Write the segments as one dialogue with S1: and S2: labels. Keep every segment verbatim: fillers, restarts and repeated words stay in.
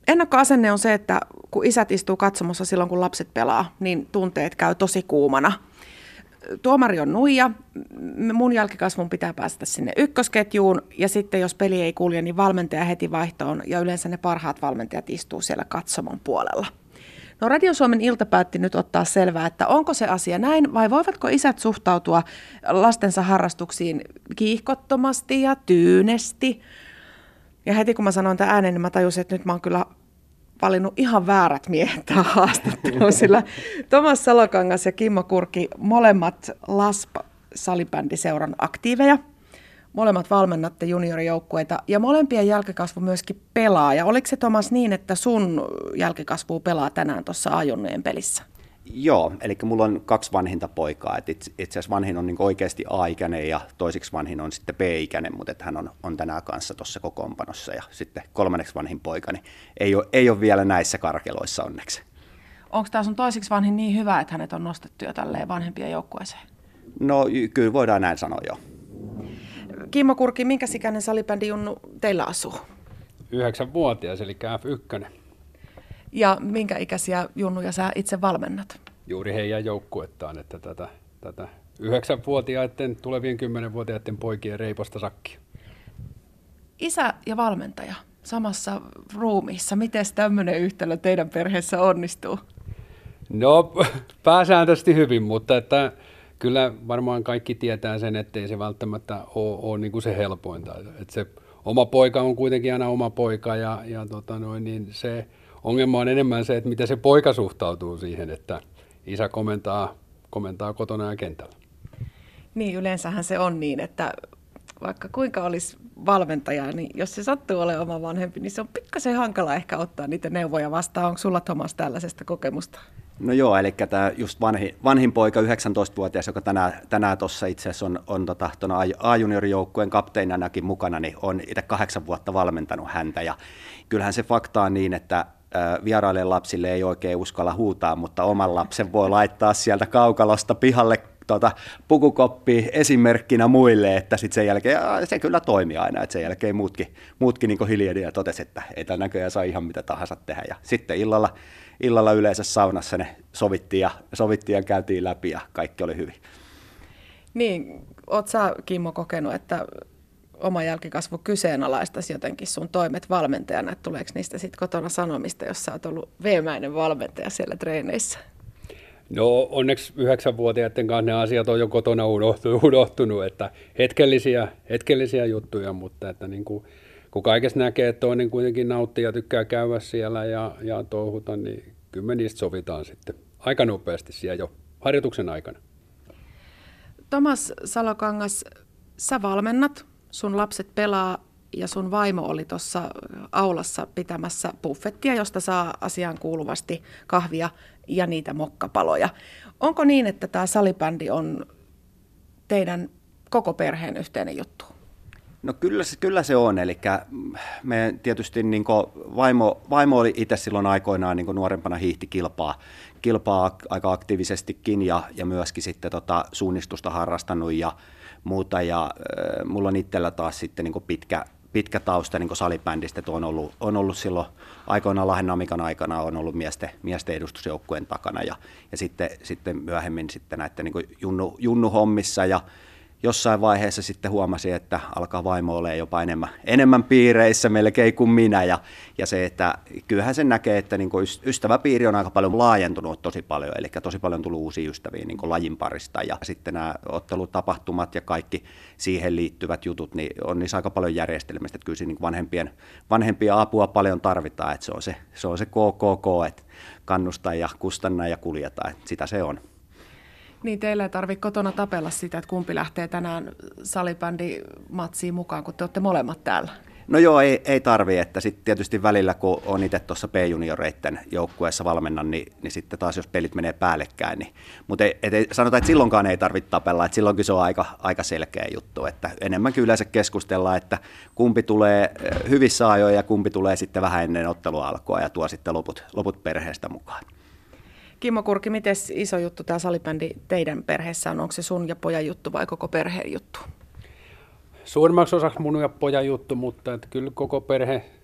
S1: ennakkoasenne on se, että kun isät istuu katsomossa silloin, kun lapset pelaa, niin tunteet käy tosi kuumana. Tuomari on nuija, mun jälkikasvun pitää päästä sinne ykkösketjuun ja sitten jos peli ei kulje, niin valmentaja heti vaihtoon ja yleensä ne parhaat valmentajat istuu siellä katsomon puolella. No Radio Suomen ilta päätti nyt ottaa selvää, että onko se asia näin vai voivatko isät suhtautua lastensa harrastuksiin kiihkottomasti ja tyynesti. Ja heti kun mä sanoin tämän äänen, niin mä tajusin, että nyt mä oon kyllä valinnut ihan väärät miehet tähän haastatteluun, sillä Tomas Salokangas ja Kimmo Kurki, molemmat L A S P-salibändiseuran aktiiveja. Molemmat valmennatte juniorijoukkueita ja molempien jälkikasvu myöskin pelaa. Ja oliko se, Tomas, niin, että sun jälkikasvu pelaa tänään tuossa A-junnujen pelissä?
S2: Joo, eli mulla on kaksi vanhinta poikaa. Et itse asiassa vanhin on niin oikeasti A-ikäinen ja toisiksi vanhin on sitten B-ikäinen, mutta hän on, on tänään kanssa tuossa kokoonpanossa. Ja sitten kolmanneksi vanhin poika niin ei ole, ei ole vielä näissä karkeloissa onneksi.
S1: Onko tämä sun toisiksi vanhin niin hyvä, että hänet on nostettu jo tälleen vanhempien joukkueeseen?
S2: No kyllä voidaan näin sanoa jo.
S1: Kimmo Kurki, minkä ikäinen salibändijunnu teillä asuu?
S3: Yhdeksänvuotias, eli F yksi.
S1: Ja minkä ikäisiä junnuja sä itse valmennat?
S3: Juuri heidän joukkuettaan, että tätä, tätä yhdeksänvuotiaiden, tulevien kymmenvuotiaiden poikien reiposta sakkia.
S1: Isä ja valmentaja samassa ruumiissa. Miten tämmöinen yhtälö teidän perheessä onnistuu?
S3: No pääsääntöisesti hyvin, mutta että kyllä varmaan kaikki tietää sen, ettei se välttämättä ole, ole niin kuin se helpointa. Että se oma poika on kuitenkin aina oma poika ja, ja tota noin, niin se ongelma on enemmän se, että miten se poika suhtautuu siihen, että isä komentaa, komentaa kotona ja kentällä.
S1: Niin, yleensähän se on niin, että vaikka kuinka olisi valmentaja, niin jos se sattuu olemaan oma vanhempi, niin se on pikkasen hankala ehkä ottaa niitä neuvoja vastaan. Onko sulla, Tomas, tällaisesta kokemusta?
S2: No joo, eli tämä just vanhin, vanhin poika, yhdeksäntoistavuotias, joka tänään, tänään tuossa itse asiassa on, on tota, A-juniorijoukkueen kapteenanakin mukana, niin on itse kahdeksan vuotta valmentanut häntä. Ja kyllähän se fakta on niin, että vieraille lapsille ei oikein uskalla huutaa, mutta oman lapsen voi laittaa sieltä kaukalosta pihalle tuota, pukukoppi esimerkkinä muille, että sitten sen jälkeen se kyllä toimii aina, että sen jälkeen muutkin, muutkin niin hiljeni ja totesi, että ei tämän näköjään saa ihan mitä tahansa tehdä. Ja sitten illalla, illalla yleensä saunassa ne sovittiin ja, sovittiin ja käytiin läpi ja kaikki oli hyvin.
S1: Niin, oot sä, Kimmo, kokenut, että oma jälkikasvu kyseenalaistaisi jotenkin sun toimet valmentajana, että tuleeko niistä sitten kotona sanomista, jos sä oot ollut veemäinen valmentaja siellä treeneissä?
S3: No onneksi yhdeksänvuotiaiden kanssa ne asiat on jo kotona unohtunut, että hetkellisiä, hetkellisiä juttuja, mutta että niin kuin, kun kaikessa näkee, että toinen kuitenkin nauttii ja tykkää käydä siellä ja, ja touhuta, niin kyllä me niistä sovitaan sitten aika nopeasti siellä jo harjoituksen aikana.
S1: Tomas Salokangas, sä valmennat, sun lapset pelaa ja sun vaimo oli tuossa aulassa pitämässä buffettia, josta saa asiaan kuuluvasti kahvia ja niitä mokkapaloja. Onko niin, että tämä salibändi on teidän koko perheen yhteinen juttu?
S2: No kyllä se, kyllä se on, eli me tietysti niin vaimo, vaimo oli itse silloin aikoinaan niin nuorempana hiihti kilpaa, kilpaa aika aktiivisestikin ja, ja myöskin sitten tota suunnistusta harrastanut ja muuta ja äh, mulla on itsellä taas sitten niin pitkä, pitkä tausta niin salibändistä, että on ollut, on ollut silloin aikoinaan Lahden Amikan aikana on ollut miesten, miesten edustusjoukkueen takana ja, ja sitten, sitten myöhemmin sitten näiden niin junnu, junnuhommissa ja jossain vaiheessa sitten huomasin, että alkaa vaimo olemaan jopa enemmän, enemmän piireissä melkein kuin minä. Ja, ja se, että kyllähän sen näkee, että niin kuin ystäväpiiri on aika paljon laajentunut tosi paljon. Eli tosi paljon on tullut uusia ystäviä niin kuin lajin parista. Ja sitten nämä ottelutapahtumat ja kaikki siihen liittyvät jutut, niin on niissä aika paljon järjestelmistä. Että kyllä siinä niin vanhempien, vanhempien apua paljon tarvitaan. Että se on se, se on se K K K, että kannustaa ja kustanna ja kuljeta. Että sitä se on.
S1: Niin, teillä ei tarvitse kotona tapella sitä, että kumpi lähtee tänään salibändimatsiin mukaan, kun te olette molemmat täällä.
S2: No joo, ei, ei tarvitse, että sitten tietysti välillä, kun on itse tuossa B-junioreiden joukkueessa valmennan, niin, niin sitten taas jos pelit menee päällekkäin, niin, mutta ei, et, sanotaan, että silloinkaan ei tarvitse tapella, että silloinkin se on aika, aika selkeä juttu, että enemmänkin yleensä keskustellaan, että kumpi tulee hyvissä ajoin ja kumpi tulee sitten vähän ennen ottelua alkoa ja tuo sitten loput, loput perheestä mukaan.
S1: Kimmo Kurki, miten iso juttu tämä salibändi teidän perheessä on? Onko se sun ja pojan juttu vai koko perheen juttu?
S3: Suurimmaksi osaksi mun ja pojan juttu, mutta että kyllä koko perhe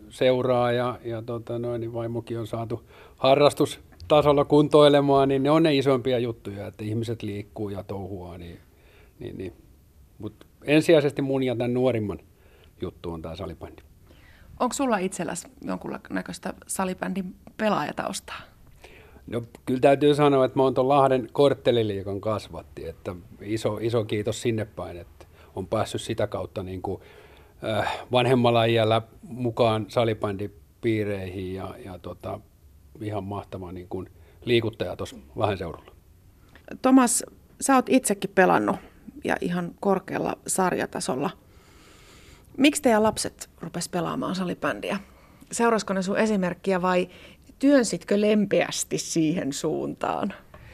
S3: seuraa ja, ja tota noin, niin vaimokin on saatu harrastustasolla kuntoilemaan, niin ne on ne isompia juttuja, että ihmiset liikkuu ja touhuaa. Niin, niin, niin. Mutta ensisijaisesti mun ja tämän nuorimman juttu on tämä salibändi.
S1: Onko sulla itselläsi jonkunnäköistä salibändin pelaajataustaa?
S3: No kyllä täytyy sanoa, että mä oon tuon Lahden kortteliliigan kasvatti, että iso, iso kiitos sinne päin, että on päässyt sitä kautta niin kuin, äh, vanhemmalla iällä mukaan salibändipiireihin ja, ja tota, ihan mahtava niin kuin liikuttaja tuossa Lahden seudulla.
S1: Tomas, sä oot itsekin pelannut ja ihan korkealla sarjatasolla. Miksi teidän lapset rupes pelaamaan salibändiä? Seurasko ne sun esimerkkiä vai työnsitkö lempeästi siihen suuntaan?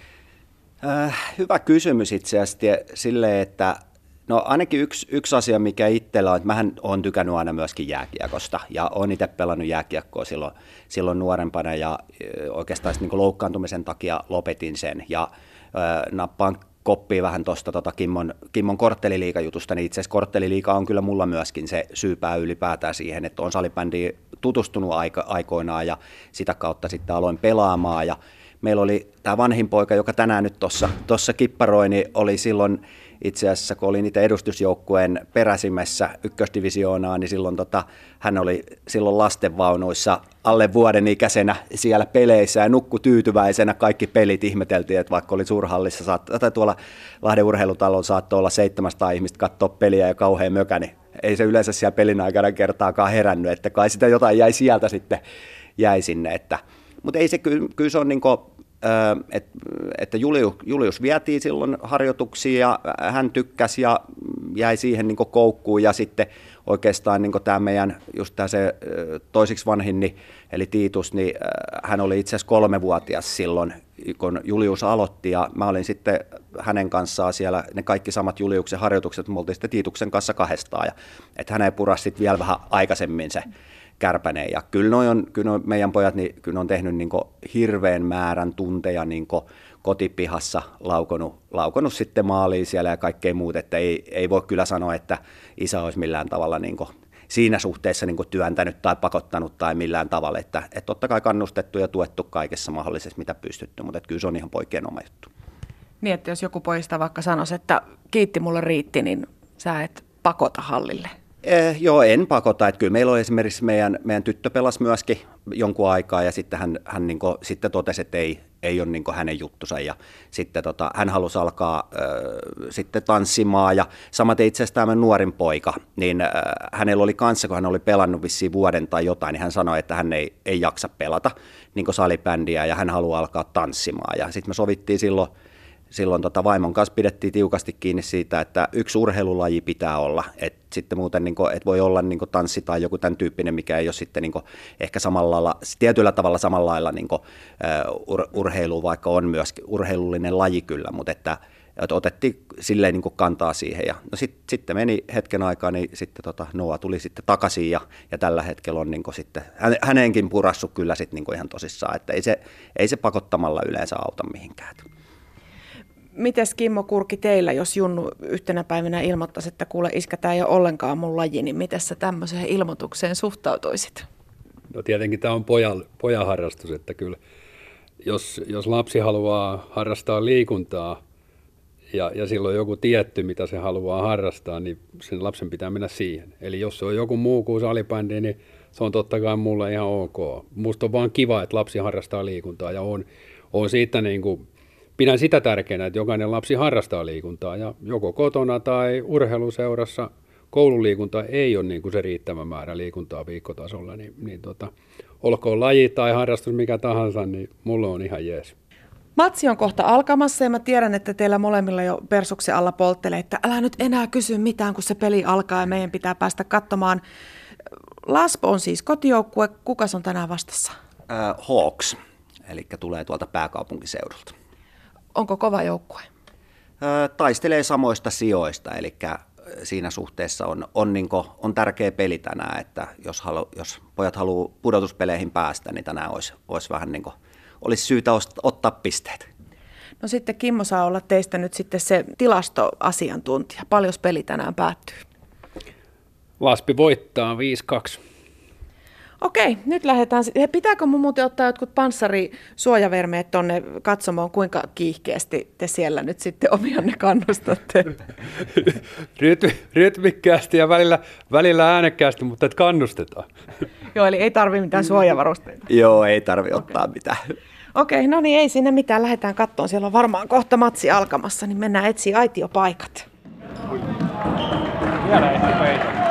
S2: Äh, hyvä kysymys itse asiassa silleen, että no ainakin yksi, yksi asia, mikä itsellä on, että mähän olen tykännyt aina myöskin jääkiekosta ja olen itse pelannut jääkiekkoa silloin, silloin nuorempana ja oikeastaan niin kuin loukkaantumisen takia lopetin sen ja äh, nappaan koppii vähän tuosta tota Kimmon, Kimmon kortteliliigajutusta, niin itse asiassa kortteliliiga on kyllä mulla myöskin se syypää ylipäätään siihen, että on salibändiin tutustunut aika, aikoinaan ja sitä kautta sitten aloin pelaamaan ja meillä oli tämä vanhin poika, joka tänään nyt tuossa kipparoi, niin oli silloin itse asiassa, kun oli niitä edustusjoukkueen peräsimessä ykkösdivisioonaa, niin silloin tota, hän oli silloin lastenvaunuissa alle vuoden ikäisenä siellä peleissä ja nukkui tyytyväisenä. Kaikki pelit ihmeteltiin, että vaikka oli suurhallissa, saat, tai tuolla Lahden urheilutalolla saattoi olla seitsemänsataa ihmistä katsoa peliä ja kauhean mökä, niin ei se yleensä siellä pelin aikana kertaakaan herännyt, että kai sitä jotain jäi sieltä sitten jäi sinne. Että, mutta ei se, kyllä, kyllä se on niin kuin, että, että Julius, Julius vietiin silloin harjoituksiin ja hän tykkäsi ja jäi siihen niin kuin koukkuun ja sitten oikeastaan niin kuin tämä meidän just tämä se toisiksi vanhin, niin, eli Tiitus, niin hän oli itse asiassa kolmevuotias silloin, kun Julius aloitti ja mä olin sitten hänen kanssaan siellä ne kaikki samat Juliuksen harjoitukset, me oltiin sitten Tiituksen kanssa kahdestaan ja että hänen purasi sitten vielä vähän aikaisemmin se Kärpänen. Ja kyllä, noi on, kyllä noi meidän pojat niin, kyllä on tehnyt niin hirveän määrän tunteja niin kotipihassa, laukonut, laukonut sitten maaliin siellä ja kaikkea muuta, että ei, ei voi kyllä sanoa, että isä olisi millään tavalla niin siinä suhteessa niin työntänyt tai pakottanut tai millään tavalla, että, että totta kai kannustettu ja tuettu kaikessa mahdollisessa, mitä pystytty, mutta kyllä se on ihan poikien oma juttu.
S1: Niin, että jos joku pojista vaikka sanoisi, että kiitti, mulle riitti, niin sä et pakota hallille.
S2: Eh, joo, en pakota. Että kyllä meillä on esimerkiksi meidän, meidän tyttö pelasi myöskin jonkun aikaa ja sitten hän, hän niin kuin, sitten totesi, että ei, ei ole niin kuin hänen juttusa ja sitten tota, hän halusi alkaa äh, sitten tanssimaan ja samaten itse asiassa tämä nuorin poika, niin äh, hänellä oli kanssa, kun hän oli pelannut vissiin vuoden tai jotain, niin hän sanoi, että hän ei, ei jaksa pelata niin kuin salibändiä ja hän haluaa alkaa tanssimaan ja sitten me sovittiin silloin Silloin tota vaimon kanssa pidettiin tiukasti kiinni siitä, että yksi urheilulaji pitää olla. Et sitten muuten niin kuin, et voi olla niin kuin tanssi tai joku tämän tyyppinen, mikä ei ole sitten niin kuin ehkä samalla lailla, tietyllä tavalla samalla lailla niin kuin, ur, urheilu, vaikka on myös urheilullinen laji kyllä, mutta että, että otettiin silleen niin kuin kantaa siihen. Ja no sit, sitten meni hetken aikaa, niin sitten tota Noa tuli sitten takaisin ja, ja tällä hetkellä on niin kuin sitten hänenkin purassut kyllä sitten niin kuin ihan tosissaan, että ei se, ei se pakottamalla yleensä auta mihinkään.
S1: Mites Kimmo Kurki teillä, jos Junnu yhtenä päivänä ilmoittaisi, että kuule iskä, tämä ei ole ollenkaan mun laji, niin miten sä tämmöiseen ilmoitukseen suhtautuisit?
S3: No tietenkin tämä on pojan, pojan harrastus, että kyllä jos, jos lapsi haluaa harrastaa liikuntaa ja, ja silloin joku tietty, mitä se haluaa harrastaa, niin sen lapsen pitää mennä siihen. Eli jos se on joku muu kuin salibändi, niin se on totta kai mulle ihan ok. Musta on vaan kiva, että lapsi harrastaa liikuntaa ja on, on siitä niin kuin pidän sitä tärkeänä, että jokainen lapsi harrastaa liikuntaa ja joko kotona tai urheiluseurassa koululiikunta ei ole niin kuin se riittävä määrä liikuntaa viikkotasolla, niin, niin tota, olkoon laji tai harrastus mikä tahansa, niin mulle on ihan jees.
S1: Matsi on kohta alkamassa ja mä tiedän, että teillä molemmilla jo persuksen alla polttelee, että älä nyt enää kysy mitään, kun se peli alkaa ja meidän pitää päästä katsomaan. Laspo on siis kotijoukkue. Kukas on tänään vastassa?
S2: Äh, Hawks, eli tulee tuolta pääkaupunkiseudulta.
S1: Onko kova joukkue?
S2: Taistelee samoista sijoista, eli siinä suhteessa on, on, niin kuin, on tärkeä peli tänään, että jos, halu, jos pojat haluaa pudotuspeleihin päästä, niin tänään olisi, olisi vähän niin kuin, olisi syytä ottaa pisteet.
S1: No sitten Kimmo saa olla teistä nyt sitten se tilastoasiantuntija. Paljon peli tänään päättyy?
S3: Laspi voittaa viisi kaksi.
S1: Okei, nyt lähdetään. He, pitääkö mun muuten ottaa jotkut panssarisuojavermeet tonne katsomaan, kuinka kiihkeästi te siellä nyt sitten omianne kannustatte?
S3: Rytmi, rytmikkäästi ja välillä, välillä äänekkäästi, mutta et kannustetaan.
S1: Joo, eli ei tarvi mitään suojavarusteita.
S2: Joo, ei tarvi ottaa mitään.
S1: Okei, no niin, ei siinä mitään. Lähdetään kattoon. Siellä on varmaan kohta matsi alkamassa, niin mennään etsiä aitiopaikat.
S3: Vielä ehti peitä.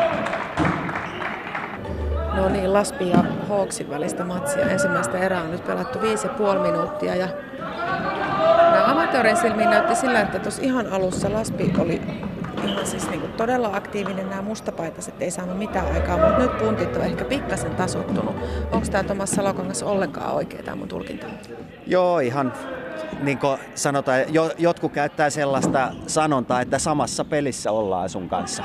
S1: No niin, Laspi ja Hawksin välistä matsia. Ensimmäistä erää on nyt pelattu viisi ja puoli minuuttia. Ja nämä amatöörin silmiin näytti sillä, että tuossa ihan alussa Laspi oli ihan siis niinku todella aktiivinen. Nämä mustapaitaset ei saanut mitään aikaa, mutta nyt puntit on ehkä pikkasen tasottunut. Onko tämä Tomas Salokangas ollenkaan oikea tämä mun tulkinta?
S2: Joo, ihan niin kuin sanotaan, jo, jotkut käyttää sellaista sanontaa, että samassa pelissä ollaan sun kanssa.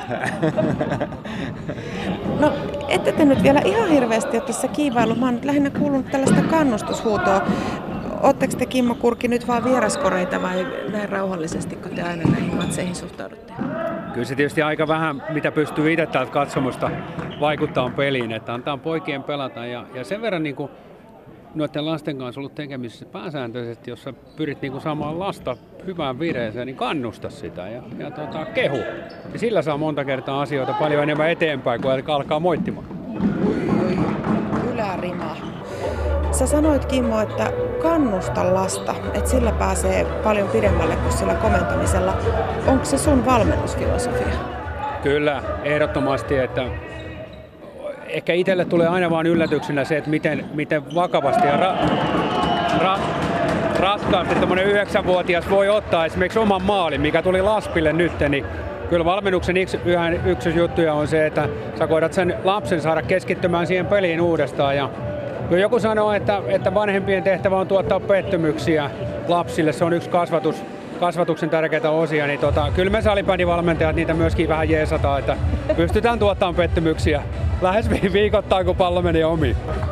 S1: No, ette te nyt vielä ihan hirveästi ole tässä kiivailu. Mä oon nyt lähinnä kuulunut tällaista kannustushuutoa. Ootteko te, Kimmo Kurki, nyt vaan vieraskoreita vai näin rauhallisesti, kun te aina näihin matseihin suhtaudutte?
S3: Kyllä se tietysti aika vähän, mitä pystyy itse täältä katsomusta vaikuttaa peliin, että antaa poikien pelata. Ja, ja sen verran niin kuin noiden lasten kanssa ollut tekemisissä pääsääntöisesti, jos sä pyrit niin kuin saamaan lasta hyvään vireeseen, niin kannusta sitä ja, ja tota, kehu. Ja sillä saa monta kertaa asioita paljon enemmän eteenpäin, kun alkaa moittimaan.
S1: Ylärima. Sä sanoit, Kimmo, että kannusta lasta, että sillä pääsee paljon pidemmälle kuin sillä komentamisella. Onko se sun valmennusfilosofia?
S3: Kyllä, ehdottomasti, että ehkä itselle tulee aina vaan yllätyksenä se, että miten, miten vakavasti ja ra, ra, raskaasti tämmöinen yhdeksänvuotias voi ottaa esimerkiksi oman maalin, mikä tuli Laspille nyt, niin kyllä valmennuksen yksi, yksi juttuja on se, että sä koetat sen lapsen saada keskittymään siihen peliin uudestaan. Ja joku sanoo, että, että vanhempien tehtävä on tuottaa pettymyksiä lapsille, se on yksi kasvatus, kasvatuksen tärkeitä osia, niin tota, kyllä me salibändivalmentajat niitä myöskin vähän jeesataan, että pystytään tuottamaan pettymyksiä lähes viikoittain, kun pallo meni omiin.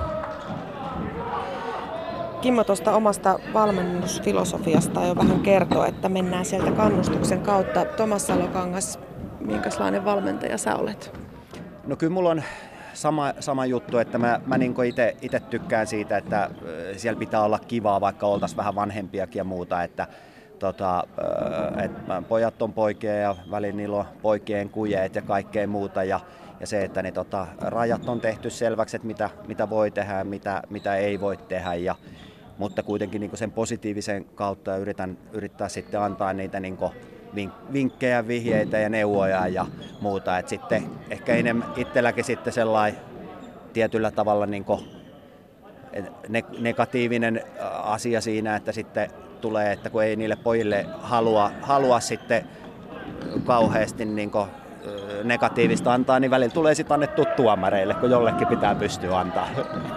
S1: Kimmo tuosta omasta valmennusfilosofiasta jo vähän kertoo, että mennään sieltä kannustuksen kautta. Tomas Salokangas, minkälainen valmentaja sä olet?
S2: No kyllä mulla on sama, sama juttu, että mä, mä niin itse tykkään siitä, että siellä pitää olla kivaa, vaikka oltaisiin vähän vanhempiakin ja muuta, että Tota, et pojat on poikia ja välillä niillä on poikien kujeet ja kaikkea muuta ja, ja se, että ne tota, rajat on tehty selväksi, että mitä, mitä voi tehdä ja mitä, mitä ei voi tehdä, ja, mutta kuitenkin niin sen positiivisen kautta yritän yrittää sitten antaa niitä niin vinkkejä, vihjeitä ja neuvoja ja muuta, että sitten ehkä enemmän itselläkin sitten sellainen tietyllä tavalla niin negatiivinen asia siinä, että sitten tulee, että kun ei niille pojille halua, halua sitten kauheasti niin kuin negatiivista antaa, niin välillä tulee sitten annettu tuomareille, kun jollekin pitää pystyä antaa.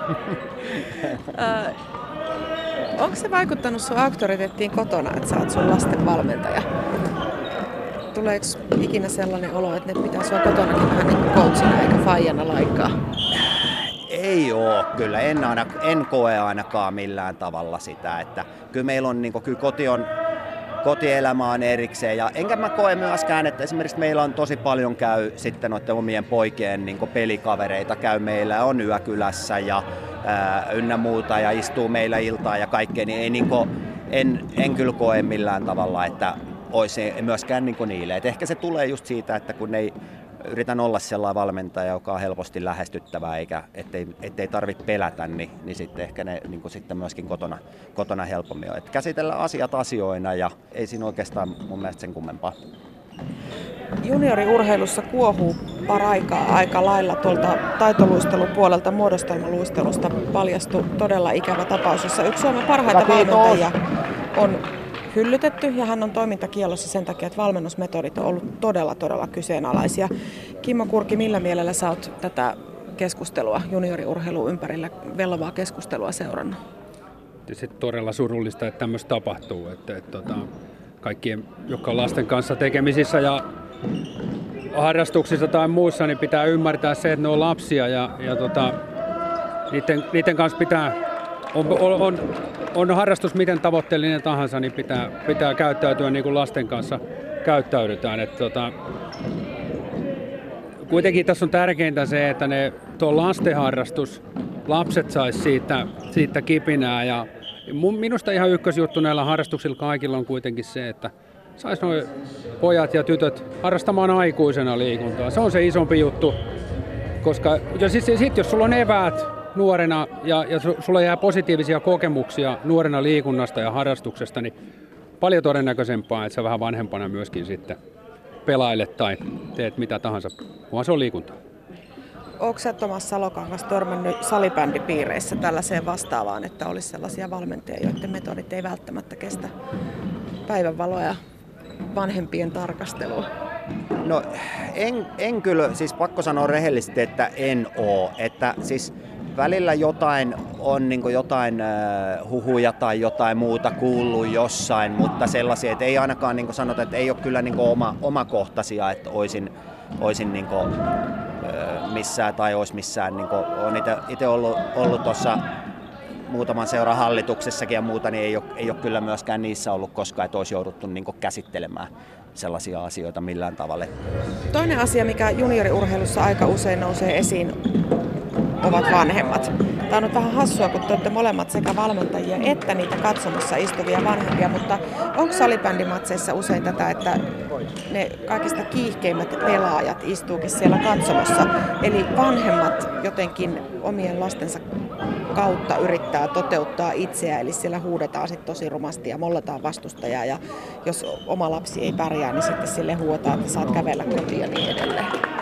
S1: Äh, onko se vaikuttanut sun auktoriteettiin kotona, että sä oot sun lasten valmentaja? Tuleeko ikinä sellainen olo, että ne pitää sua kotonakin vähän niin kuin coachina eikä faijana laikkaa?
S2: Ei oo kyllä, en, aina, en koe ainakaan millään tavalla sitä, että kyllä meillä on, niin kuin, kyllä koti on, kotielämä on erikseen, ja enkä mä koe myöskään, että esimerkiksi meillä on tosi paljon käy sitten noiden omien poikien niin kuin pelikavereita, käy meillä, on yökylässä ja ää, ynnä muuta ja istuu meillä iltaa ja kaikkea, niin ei, niin kuin, en, en kyllä koe millään tavalla, että olisi myöskään niin kuin niille. Et ehkä se tulee just siitä, että kun ei yritän olla sellainen valmentaja, joka on helposti lähestyttävä, eikä ettei, ettei tarvitse pelätä, niin, niin sitten ehkä ne niin kuin sitten myöskin kotona, kotona helpommin on. Et käsitellään asiat asioina ja ei siinä oikeastaan mun mielestä sen kummempaa.
S1: Junioriurheilussa kuohuu paraikaa aika lailla tuolta taitoluistelupuolelta, muodostelmaluistelusta paljastui todella ikävä tapaus, jossa yksi Suomen parhaita valmentajia on hyllytetty ja hän on toimintakielossa sen takia, että valmennusmetodit on ollut todella, todella kyseenalaisia. Kimmo Kurki, millä mielellä sä oot tätä keskustelua, junioriurheilun ympärillä vellovaa keskustelua seurannut?
S3: Se todella surullista, että tämmöistä tapahtuu. Että, että, että kaikkien, jotka on lasten kanssa tekemisissä ja harrastuksissa tai muussa, niin pitää ymmärtää se, että ne on lapsia ja, ja tota, niiden, niiden kanssa pitää, on, on, on harrastus miten tavoitteellinen tahansa, niin pitää, pitää käyttäytyä niin kuin lasten kanssa käyttäydytään. Että, tota, kuitenkin tässä on tärkeintä se, että ne, tuo lastenharrastus lapset sais siitä, siitä kipinää. Ja minusta ihan ykkösjuttu näillä harrastuksilla kaikilla on kuitenkin se, että sais nuo pojat ja tytöt harrastamaan aikuisena liikuntaa. Se on se isompi juttu, koska ja sit, sit, jos sulla on eväät nuorena ja, ja sulla jää positiivisia kokemuksia nuorena liikunnasta ja harrastuksesta, niin paljon todennäköisempää, että sä vähän vanhempana myöskin sitten pelailet tai teet mitä tahansa, kunhan se on liikuntaa.
S1: Onko sä Tomas Salokangas törmännyt salibändipiireissä tällaiseen vastaavaan, että olisi sellaisia valmentajia, joiden metodit ei välttämättä kestä päivänvaloa ja vanhempien tarkastelua?
S2: No en, en kyllä, siis pakko sanoa rehellisesti, että en oo. Että siis välillä jotain on niin kuin jotain äh, huhuja tai jotain muuta kuullut jossain, mutta sellaisia, että ei ainakaan niin kuin sanota, että ei ole kyllä niin kuin oma, omakohtaisia, että olisin, olisin niin kuin, äh, missään tai olisi missään. Niin kuin, olen itse ollut, ollut tuossa muutaman seuran hallituksessakin ja muuta, niin ei ole, ei ole kyllä myöskään niissä ollut koskaan, että olisi jouduttu niin kuin käsittelemään sellaisia asioita millään tavalla.
S1: Toinen asia, mikä junioriurheilussa aika usein nousee esiin, ovat vanhemmat. Tämä on nyt vähän hassua, kun te olette molemmat sekä valmentajia että niitä katsomassa istuvia vanhempia, mutta onko salibändimatseissa usein tätä, että ne kaikista kiihkeimmät pelaajat istuukin siellä katsomossa, eli vanhemmat jotenkin omien lastensa kautta yrittää toteuttaa itseä, eli siellä huudetaan sitten tosi rumasti ja mollataan vastustajaa, ja jos oma lapsi ei pärjää, niin sitten sille huudetaan, että saat kävellä kotiin ja niin edelleen.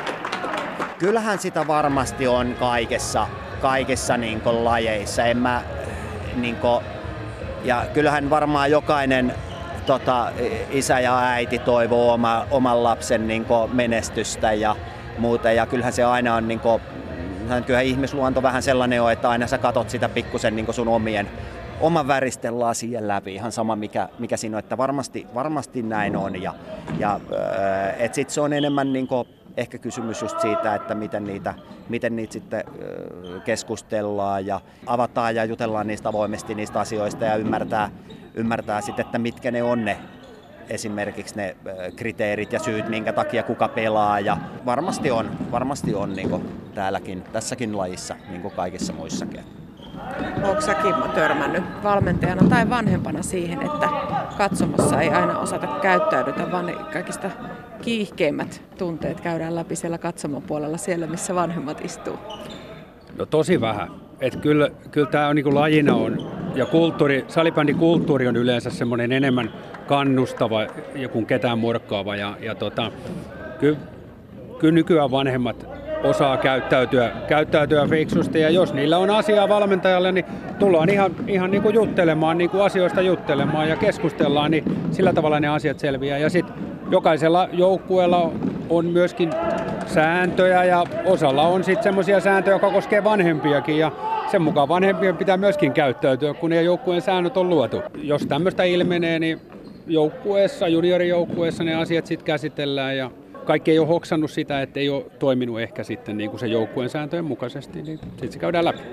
S2: Kyllähän sitä varmasti on kaikessa, kaikessa niin kuin lajeissa. En mä, niin kuin, ja kyllähän varmaan jokainen tota, isä ja äiti toivoo oma, oman lapsen niin kuin menestystä ja muuta. Ja kyllähän se aina on, niin kuin, kyllähän ihmisluonto vähän sellainen on, että aina sä katot sitä pikkusen niin kuin sun omien, oman väristen lasien läpi, ihan sama mikä, mikä siinä on, että varmasti, varmasti näin on. Ja, ja et sit se on enemmän niin kuin, ehkä kysymys just siitä, että miten niitä, miten niitä sitten keskustellaan ja avataan ja jutellaan niistä avoimesti niistä asioista ja ymmärtää, ymmärtää sitten, että mitkä ne on ne esimerkiksi ne kriteerit ja syyt, minkä takia kuka pelaa. Ja varmasti on, varmasti on niin kuin täälläkin, tässäkin lajissa, niin kuin kaikissa muissakin.
S1: Oletko sä, Kimmo, törmännyt valmentajana tai vanhempana siihen, että katsomossa ei aina osata käyttäydytä, vaan ne kaikista kiihkeimmät tunteet käydään läpi siellä katsomon puolella, siellä missä vanhemmat istuu?
S3: No tosi vähän. Et kyllä, kyllä tämä on niin kuin lajina on, ja kulttuuri, salibändikulttuuri on yleensä semmoinen enemmän kannustava ja kuin ketään morkkaava. Ja, ja tota, kyllä, kyllä nykyään vanhemmat osaa käyttäytyä, käyttäytyä fiksusti, ja jos niillä on asiaa valmentajalle, niin tullaan ihan, ihan niin kuin juttelemaan, niin kuin asioista juttelemaan ja keskustellaan, niin sillä tavalla ne asiat selviää. Ja sitten jokaisella joukkueella on myöskin sääntöjä, ja osalla on sitten semmoisia sääntöjä, jotka koskee vanhempiakin, ja sen mukaan vanhempien pitää myöskin käyttäytyä, kun ne joukkueen säännöt on luotu. Jos tämmöistä ilmenee, niin joukkueessa, juniorijoukkueessa ne asiat sitten käsitellään, ja kaikki ei ole hoksannut sitä, että ei ole toiminut ehkä sitten niin kuin se joukkueen sääntöjen mukaisesti, niin sitten se käydään läpi.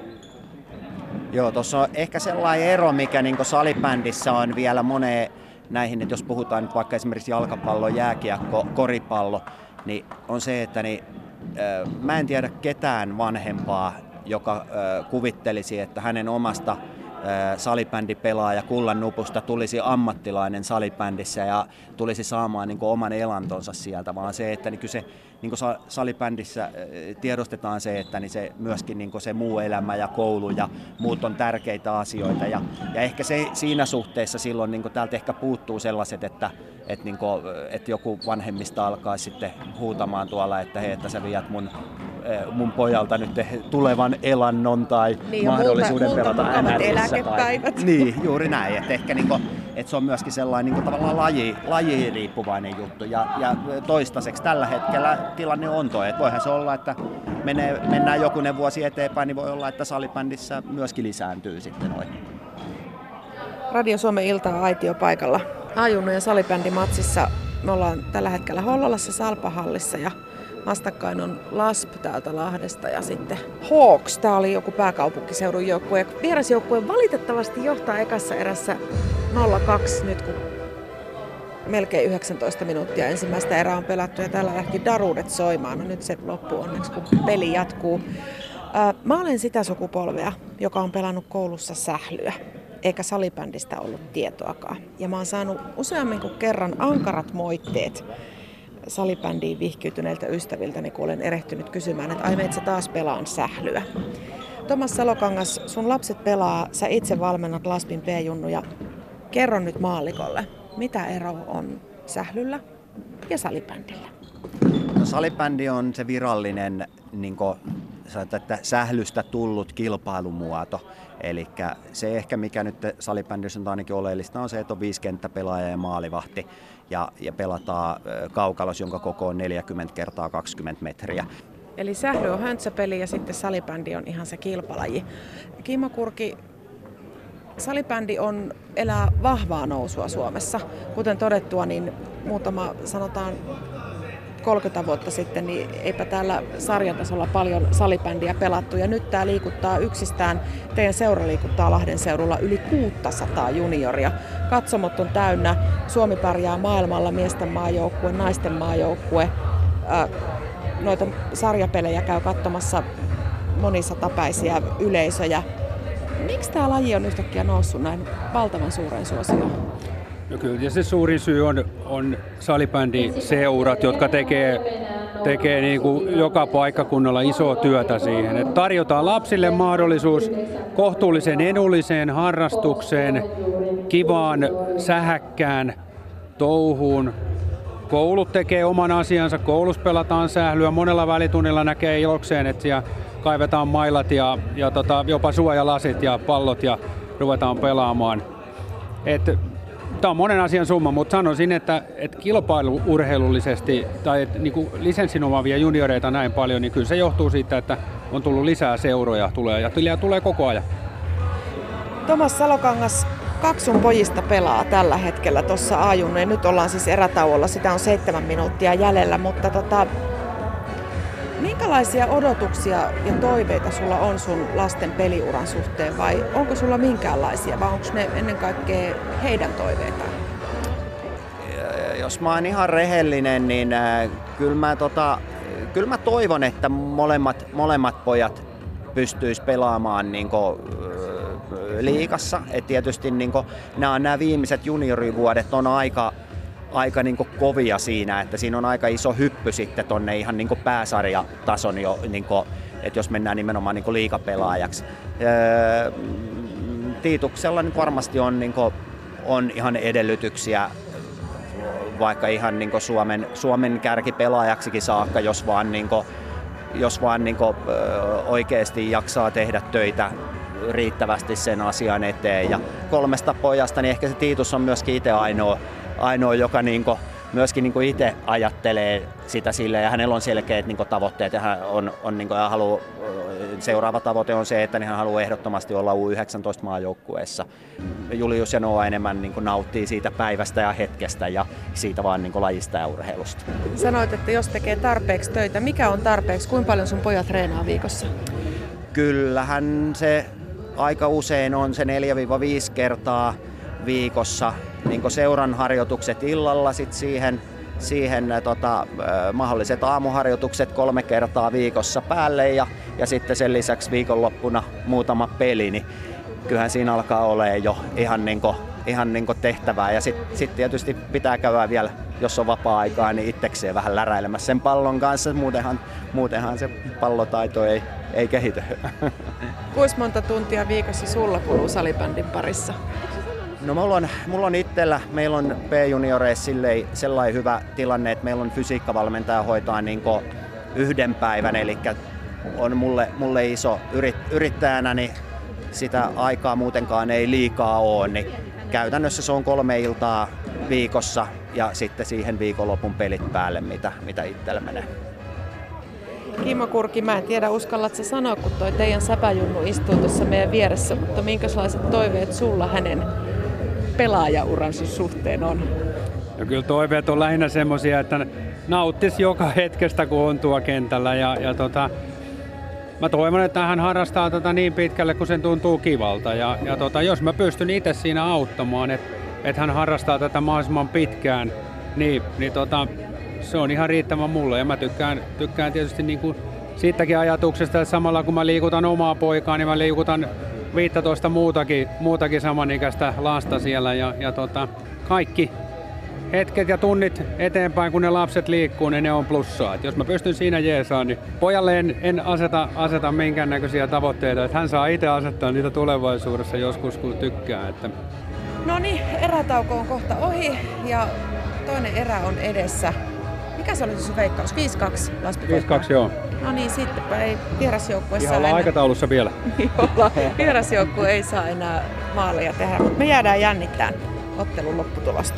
S2: Joo, tuossa on ehkä sellainen ero, mikä niin kuin salibändissä on vielä moneen näihin, että jos puhutaan nyt vaikka esimerkiksi jalkapallo, jääkiekko, koripallo, niin on se, että niin, äh, mä en tiedä ketään vanhempaa, joka äh, kuvittelisi, että hänen omasta äh, salibändipelaaja kullan nupusta tulisi ammattilainen salibändissä ja tulisi saamaan niin kuin oman elantonsa sieltä, vaan se, että niin kyllä se niin kuin salibändissä tiedostetaan se, että niin se myöskin niin kuin se muu elämä ja koulu ja muut on tärkeitä asioita. Ja, ja ehkä se, siinä suhteessa silloin niin kuin täältä ehkä puuttuu sellaiset, että, että, niin kuin, että joku vanhemmista alkaa sitten huutamaan tuolla, että hei, että sä viet mun, mun pojalta nyt tulevan elannon tai
S1: niin,
S2: mahdollisuuden
S1: multa,
S2: pelata
S1: multa
S2: N R:ssä.
S1: Tai,
S2: niin, juuri näin. Että ehkä niin kuin, että se on myöskin sellainen niin kuin tavallaan laji, lajiriippuvainen juttu. Ja, ja toistaiseksi tällä hetkellä tilanne on toi. Että voihan se olla, että menee, mennään jokunen vuosi eteenpäin, niin voi olla, että salibändissä myöskin lisääntyy sitten noin.
S1: Radio Suomen ilta on aitiopaikalla. A-junnujen salibändimatsissa me ollaan tällä hetkellä Hollolassa Salpahallissa ja vastakkain on L A S P täältä Lahdesta ja sitten Hawks. Tämä oli joku pääkaupunkiseudun joukkue. Vierasjoukkue valitettavasti johtaa ekassa erässä nolla kaksi nyt, kun melkein yhdeksäntoista minuuttia ensimmäistä erää on pelattu ja täällä lähti daruudet soimaan. No nyt se loppuu onneksi, kun peli jatkuu. Mä olen sitä sukupolvea, joka on pelannut koulussa sählyä, eikä salibändistä ollut tietoakaan. Ja mä oon saanut useammin kuin kerran ankarat moitteet salibändiin vihkiytyneiltä ystäviltäni, kun olen erehtynyt kysymään, että ai meet sä taas pelaan sählyä. Tomas Salokangas, sun lapset pelaa, sä itse valmennat Laspin P-junnuja. Kerro nyt maallikolle, mitä ero on sählyllä ja salibändillä?
S2: No, salibändi on se virallinen niin kuin, että sählystä tullut kilpailumuoto. Eli se ehkä mikä nyt salibändissä on ainakin oleellista on se, että on viisi kenttäpelaajaa ja maalivahti ja, ja pelataan kaukalos, jonka koko on neljäkymmentä kertaa kaksikymmentä metriä.
S1: Eli sähly on höntsäpeli ja sitten salibändi on ihan se kilpalaji. Kimmo Kurki, salibändi on elää vahvaa nousua Suomessa. Kuten todettua, niin muutama sanotaan kolmekymmentä vuotta sitten, niin eipä täällä sarjatasolla paljon salibändiä pelattu. Ja nyt tämä liikuttaa yksistään, teidän seura liikuttaa Lahden seudulla yli kuusisataa junioria. Katsomot on täynnä, Suomi pärjää maailmalla, miesten maajoukkue, naisten maajoukkue. Noita sarjapelejä käy katsomassa monisatapäisiä yleisöjä. Miksi tämä laji on yhtäkkiä noussut näin valtavan suuren suosioon?
S3: No kyllä, ja se suurin syy on, on salibändiseurat, jotka tekee, tekee niin kuin joka paikkakunnalla isoa työtä siihen. Et tarjotaan lapsille mahdollisuus kohtuullisen edulliseen harrastukseen, kivaan, sähäkkään touhuun. Koulut tekee oman asiansa, koulussa pelataan sählyä, monella välitunnilla näkee ilokseen, että siellä kaivetaan mailat ja, ja tota, jopa suojalasit ja pallot ja ruvetaan pelaamaan. Tämä on monen asian summa, mutta sanoisin, että, että kilpailuurheilullisesti tai että, niin kuin lisenssin omaavia junioreita näin paljon, niin kyllä se johtuu siitä, että on tullut lisää seuroja tulee, ja tulee koko ajan.
S1: Tomas Salokangas, kaksi sun pojista pelaa tällä hetkellä tuossa A-junnuun. Nyt ollaan siis erätauolla, sitä on seitsemän minuuttia jäljellä, mutta tota, minkälaisia odotuksia ja toiveita sulla on sun lasten peliuran suhteen vai onko sulla minkäänlaisia vai onko ne ennen kaikkea heidän toiveitaan?
S2: Jos mä oon ihan rehellinen, niin äh, kyllä, mä, tota, kyllä mä toivon, että molemmat, molemmat pojat pystyis pelaamaan niin kuin, äh, liigassa. Et tietysti niin kuin, nämä, nämä viimeiset juniorivuodet on aika aika niin kuin kovia siinä, että siinä on aika iso hyppy sitten tonne ihan niin kuin pääsarjatason jo, niin kuin, että jos mennään nimenomaan niin kuin liigapelaajaksi. Öö, Tiituksella nyt varmasti on, niin kuin, on ihan edellytyksiä vaikka ihan niin kuin Suomen, Suomen kärkipelaajaksikin saakka, jos vaan, niin kuin, jos vaan niin kuin, oikeasti jaksaa tehdä töitä riittävästi sen asian eteen. Ja kolmesta pojasta, niin ehkä se Tiitus on myöskin itse ainoa, ainoa joka niinku, myöskin niinku itse ajattelee sitä silleen, ja hänellä on selkeät niinku tavoitteet, ja hän on, on niinku, ja haluu, seuraava tavoite on se, että hän haluaa ehdottomasti olla U yhdeksäntoista maajoukkueessa. Julius ja Noa enemmän niinku, nauttii siitä päivästä ja hetkestä ja siitä vaan niinku, lajista ja urheilusta.
S1: Sanoit, että jos tekee tarpeeksi töitä, mikä on tarpeeksi? Kuinka paljon sun pojat treenaa viikossa?
S2: Kyllähän se aika usein on se neljä viisi kertaa viikossa, niin seuran harjoitukset illalla, sit siihen, siihen tota, mahdolliset aamuharjoitukset kolme kertaa viikossa päälle ja, ja sitten sen lisäksi viikonloppuna muutama peli, niin kyllähän siinä alkaa olemaan jo ihan, niin kuin, ihan niin kuin tehtävää. Ja sitten sit tietysti pitää käydä vielä, jos on vapaa-aikaa, niin itsekseen vähän läräilemässä sen pallon kanssa, muutenhan, muutenhan se pallotaito ei, ei kehity.
S1: Kuinka monta tuntia viikossa sulla kuluu salibändin parissa?
S2: No mulla on, mulla on itsellä, meillä on P-junioreissa sellainen hyvä tilanne, että meillä on fysiikkavalmentaja hoitaa niin kuin yhden päivän, eli on mulle, mulle iso yrit, yrittäjänä, niin sitä aikaa muutenkaan ei liikaa ole, niin käytännössä se on kolme iltaa viikossa ja sitten siihen viikonlopun pelit päälle, mitä, mitä itsellä menee.
S1: Kimmo Kurki, mä en tiedä uskallat sä sanoa, kun toi teidän säpäjunnu istuu tuossa meidän vieressä, mutta minkälaiset toiveet sulla hänen pelaajauransa suhteen on?
S3: No kyllä toiveet on lähinnä semmoisia, että nauttisi joka hetkestä, kun on tuo kentällä. Ja, ja tota, mä toivon, että hän harrastaa tota niin pitkälle, kun sen tuntuu kivalta. Ja, ja tota, jos mä pystyn itse siinä auttamaan, että et hän harrastaa tätä mahdollisimman pitkään, niin, niin tota, se on ihan riittävän mulle. Ja mä tykkään, tykkään tietysti niin kuin siitäkin ajatuksesta, että samalla kun mä liikutan omaa poikaa, niin mä liikutan viisitoista muutakin, muutakin samanikäistä lasta siellä ja, ja tota, kaikki hetket ja tunnit eteenpäin, kun ne lapset liikkuu, niin ne on plussaa. Et jos mä pystyn siinä jeesaan, niin pojalle en, en aseta, aseta minkäännäköisiä tavoitteita. Että hän saa itse asettaa niitä tulevaisuudessa joskus, kun tykkää. Että...
S1: No niin, erätauko on kohta ohi ja toinen erä on edessä. Mikä se oli se veikkaus? viisi kaksi laspipoikaa?
S3: viisi kaksi, joo.
S1: No niin, sittenpä ei vierasjoukkueessa
S3: Ihan ollaan aikataulussa vielä.
S1: Vierasjoukkue ei saa enää maaleja tehdä, mutta me jäädään jännittämään ottelun lopputulosta.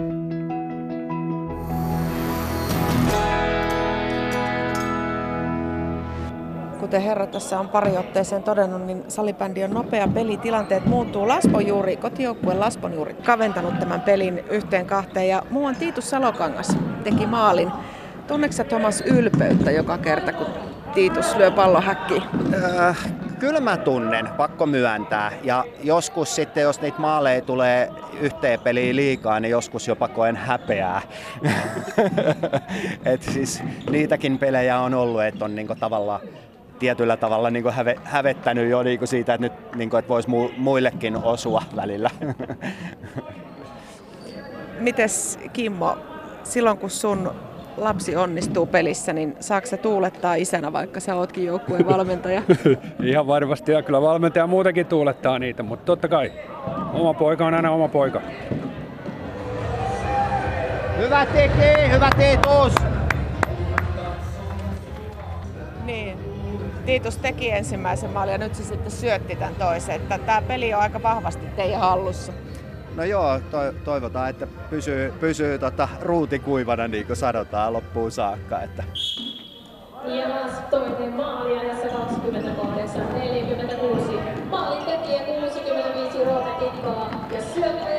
S1: Kuten herra tässä on pari otteeseen todennut, niin salibändi on nopea peli, tilanteet muuttuu. Laspo juuri, kotijoukkue Laspo on juuri kaventanut tämän pelin yhteen kahteen ja muuan Tiitus Salokangas teki maalin. Tunneeko sä, Thomas, ylpeyttä joka kerta, kun Tiitus lyö pallon häkkiin?
S4: Äh, kyllä mä tunnen, pakko myöntää. Ja joskus sitten, jos niitä maaleja tulee yhteen peliin liikaa, niin joskus jopa koen häpeää. Et siis niitäkin pelejä on ollut, että on niinku tavallaan tietyllä tavalla niinku häve, hävettänyt jo niinku siitä, että nyt niinku, et voisi mu, muillekin osua välillä.
S1: Mites, Kimmo, silloin kun sun lapsi onnistuu pelissä, niin saako sä tuulettaa isänä, vaikka sä ootkin joukkueen valmentaja?
S3: Ihan varmasti, ja kyllä valmentaja muutenkin tuulettaa niitä, mutta totta kai oma poika on aina oma poika.
S4: Hyvä teki, hyvä Tiitus!
S1: Niin, Tiitus teki ensimmäisen maalin ja nyt se sitten syötti tämän toisen, että tämä peli on aika vahvasti teidän hallussa.
S4: No joo, to, toivotaan, että pysyy, pysyy tota, ruuti kuivana, niin kuin sanotaan, loppuun saakka. Että.
S5: Ja toinen maali ajassa kaksikymmentäkahdeksan neljäkymmentäkuusi. Maalin tekijä kuusikymmentäviisi Roope Tikkaa ja syöttäjä